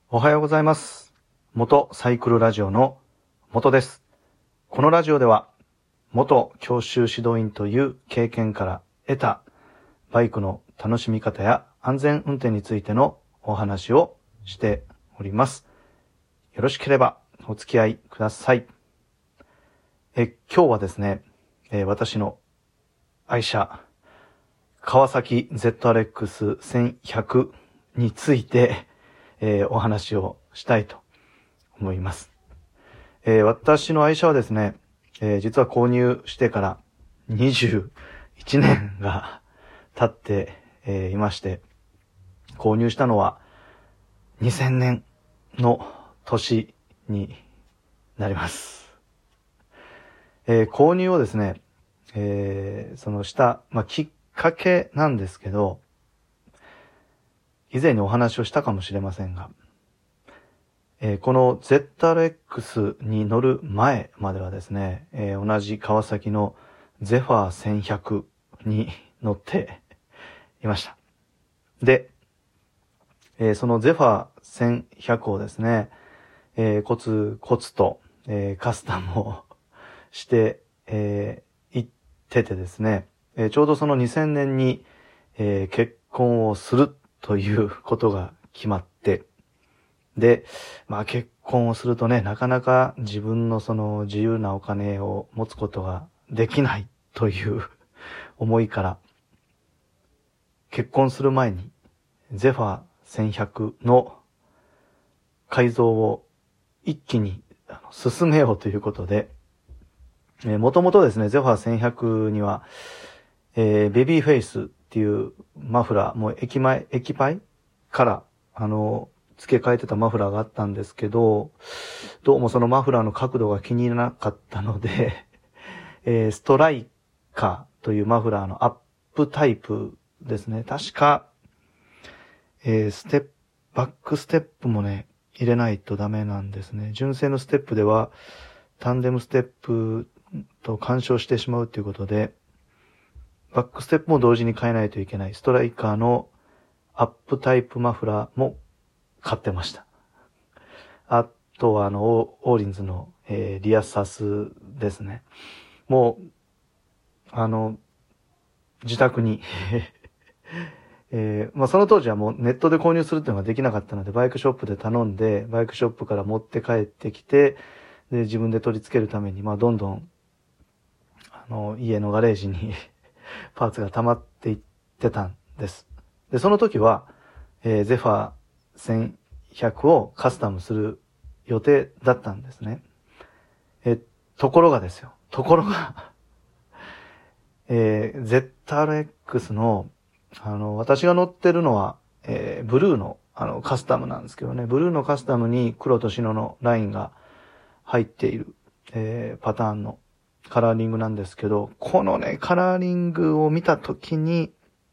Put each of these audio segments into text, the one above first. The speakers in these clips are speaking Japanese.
おはようございます。元サイクルラジオの元です。このラジオでは元教習指導員という経験から得たバイクの楽しみ方や安全運転についてのお話をしております。よろしければお付き合いください。今日はですね、私の愛車川崎 ZRX1100 についてお話をしたいと思います。私の愛車はですね、実は購入してから21年が経って、いまして、購入したのは2000年の年になります。購入をですね、きっかけなんですけど、以前にお話をしたかもしれませんが、この ZRX に乗る前まではですね、同じ川崎のゼファー1100に乗っていました。で、そのゼファー1100をですね、コツコツと、カスタムをして、行っててですね、ちょうどその2000年に、結婚をするということが決まって、で、結婚をするとね、なかなか自分のその自由なお金を持つことができないという思いから、結婚する前にゼファー1100の改造を一気に進めようということで、もともとですね、ゼファー1100には、ベビーフェイスっていうマフラー、もう液パイから付け替えてたマフラーがあったんですけど、どうもそのマフラーの角度が気に入らなかったので、ストライカーというマフラーのアップタイプですね。確か、バックステップもね、入れないとダメなんですね。純正のステップでは、タンデムステップと干渉してしまうということで、バックステップも同時に変えないといけない。ストライカーのアップタイプマフラーも買ってました。あとはオーリンズの、リアサスですね。もう、自宅に、その当時はもうネットで購入するっていうのができなかったので、バイクショップで頼んで、バイクショップから持って帰ってきて、で、自分で取り付けるために、どんどん、家のガレージにパーツが溜まっていってたんです。で、その時は、ゼファー1100をカスタムする予定だったんですね。ところが、ZRX の、私が乗ってるのは、ブルーの、カスタムなんですけどね、ブルーのカスタムに黒と白のラインが入っている、パターンのカラーリングなんですけど、このね、カラーリングを見たときに、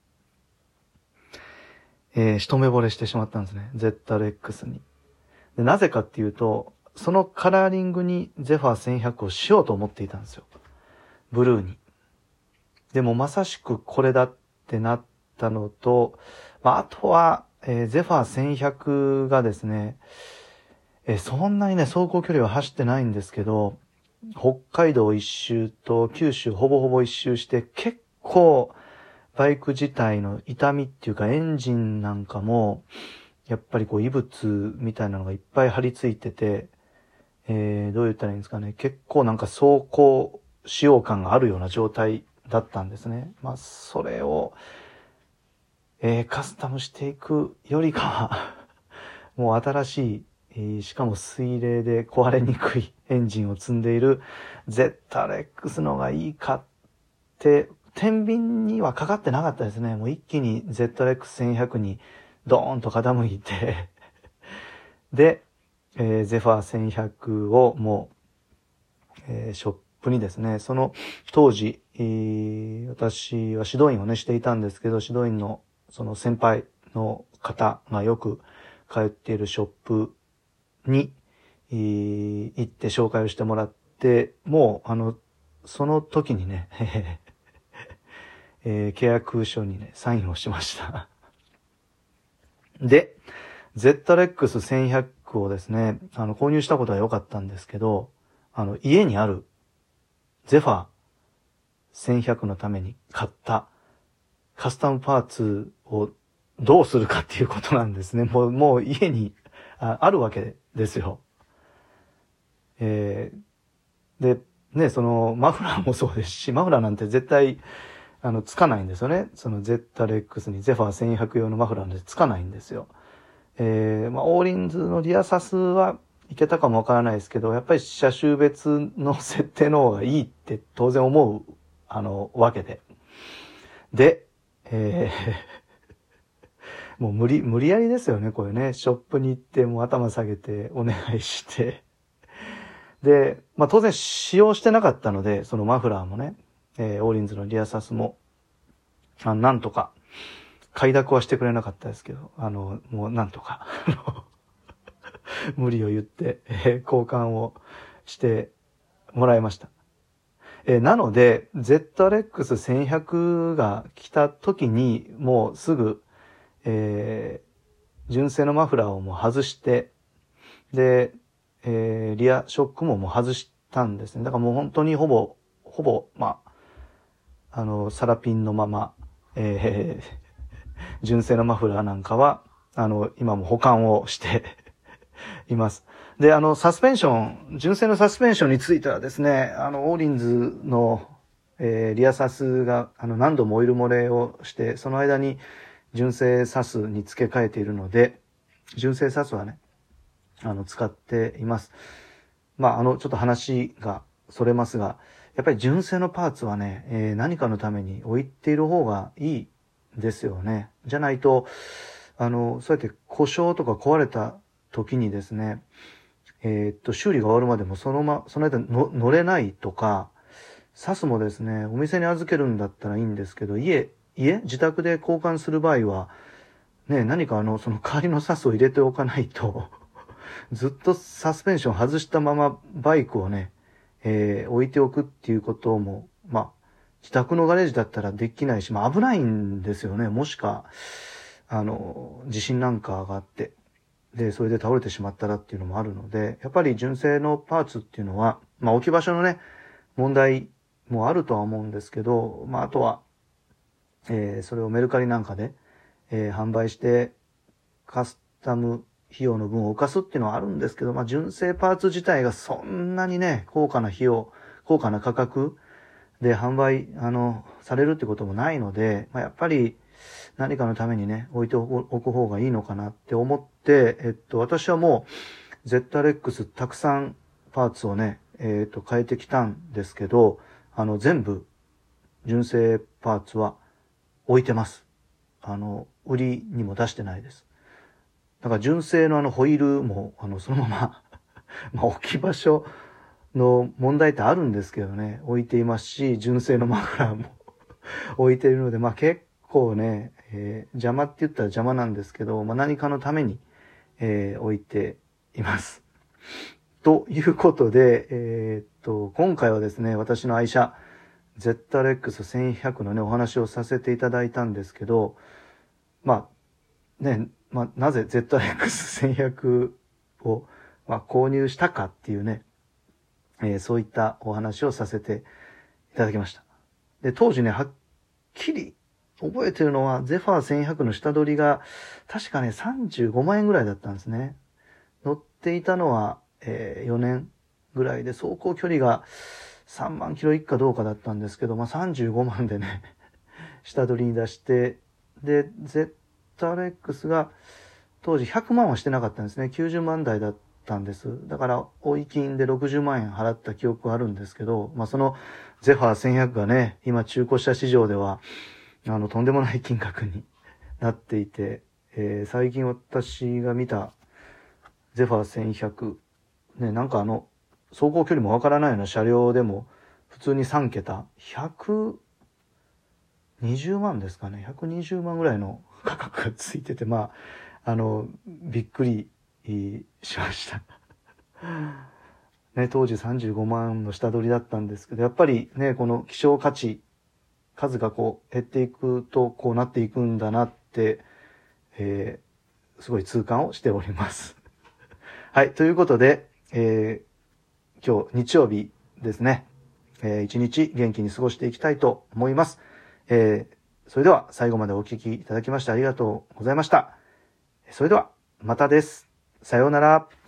一目惚れしてしまったんですね。ZRX に。で、なぜかっていうと、そのカラーリングにゼファー1100をしようと思っていたんですよ。ブルーに。でもまさしくこれだってなったのと、あとは、ゼファー1100がですね、そんなにね、走行距離は走ってないんですけど、北海道一周と九州ほぼほぼ一周して、結構バイク自体の痛みっていうかエンジンなんかも、やっぱり異物みたいなのがいっぱい張り付いてて、どう言ったらいいんですかね。結構なんか走行使用感があるような状態だったんですね。それを、カスタムしていくよりかは、もう新しい、しかも水冷で壊れにくいエンジンを積んでいる ZRX のがいいかって、天秤にはかかってなかったですね。もう一気に ZRX1100 にドーンと傾いてで、ゼファー1100をもう、ショップにですね、その当時、私は指導員をねしていたんですけど、指導員のその先輩の方がよく通っているショップに、行って紹介をしてもらって、もうその時にね、契約書にね、サインをしました。で、 ZREX1100 をですね、購入したことは良かったんですけど、家にあるゼファー1100のために買ったカスタムパーツをどうするかっていうことなんですね。もう家にあるわけですよ。で、ね、そのマフラーもそうですし、マフラーなんて絶対つかないんですよね。その ZREX にゼファー1100用のマフラーなんてつかないんですよ。オーリンズのリアサスはいけたかもわからないですけど、やっぱり車種別の設定の方がいいって当然思う、わけで。で、もう無理やりですよね、これね。ショップに行ってもう頭下げてお願いして。で、当然使用してなかったので、そのマフラーもね、オーリンズのリアサスも、なんとか、快諾はしてくれなかったですけど、もうなんとか、無理を言って、交換をしてもらいました。なので、ZREX1100 が来た時に、もうすぐ、純正のマフラーをもう外して、で、リアショックももう外したんですね。だからもう本当にほぼ、サラピンのまま、純正のマフラーなんかは、今も保管をしています。で、サスペンション、純正のサスペンションについてはですね、オーリンズの、リアサスが、何度もオイル漏れをして、その間に純正サスに付け替えているので、純正サスはね、使っています。ちょっと話がそれますが、やっぱり純正のパーツはね、何かのために置いている方がいいですよね。じゃないと、そうやって故障とか壊れた時にですね、修理が終わるまでもその間乗れないとか、サスもですね、お店に預けるんだったらいいんですけど、自宅で交換する場合は、ね、何かその代わりのサスを入れておかないと、ずっとサスペンション外したままバイクをね、置いておくっていうことも、自宅のガレージだったらできないし、危ないんですよね。もしか、地震なんかがあって、で、それで倒れてしまったらっていうのもあるので、やっぱり純正のパーツっていうのは、置き場所のね、問題もあるとは思うんですけど、あとは、それをメルカリなんかで、販売して、カスタム費用の分を浮かすっていうのはあるんですけど、純正パーツ自体がそんなにね、高価な価格で販売、されるってこともないので、やっぱり何かのためにね、置いておく方がいいのかなって思って、私はもう ZREX たくさんパーツをね、変えてきたんですけど、全部純正パーツは置いてます。売りにも出してないです。だから純正のホイールも、そのまま置き場所の問題ってあるんですけどね、置いていますし、純正のマフラーも置いているので、結構ね、邪魔って言ったら邪魔なんですけど、何かのために、置いています。ということで、今回はですね、私の愛車、ZREX1100 のね、お話をさせていただいたんですけど、なぜ ZREX1100 を、購入したかっていうね、そういったお話をさせていただきました。で、当時ね、はっきり覚えてるのは、ゼファー1100の下取りが、確かね、35万円ぐらいだったんですね。乗っていたのは、4年ぐらいで、走行距離が3万キロ以下どうかだったんですけど、35万でね、下取りに出して、で、ZREX が、当時100万はしてなかったんですね。90万台だったんです。だから、追い金で60万円払った記憶はあるんですけど、そのゼファー1100がね、今中古車市場では、とんでもない金額になっていて、最近私が見たゼファー1100、ね、走行距離もわからないような車両でも、普通に3桁、120万ですかね、120万ぐらいの価格がついてて、びっくりしました。ね、当時35万の下取りだったんですけど、やっぱりね、この希少価値、数が減っていくとこうなっていくんだなって、 すごい痛感をしております。はい。ということで、今日日曜日ですね。一日元気に過ごしていきたいと思います。それでは最後までお聞きいただきましてありがとうございました。それではまたです。さようなら。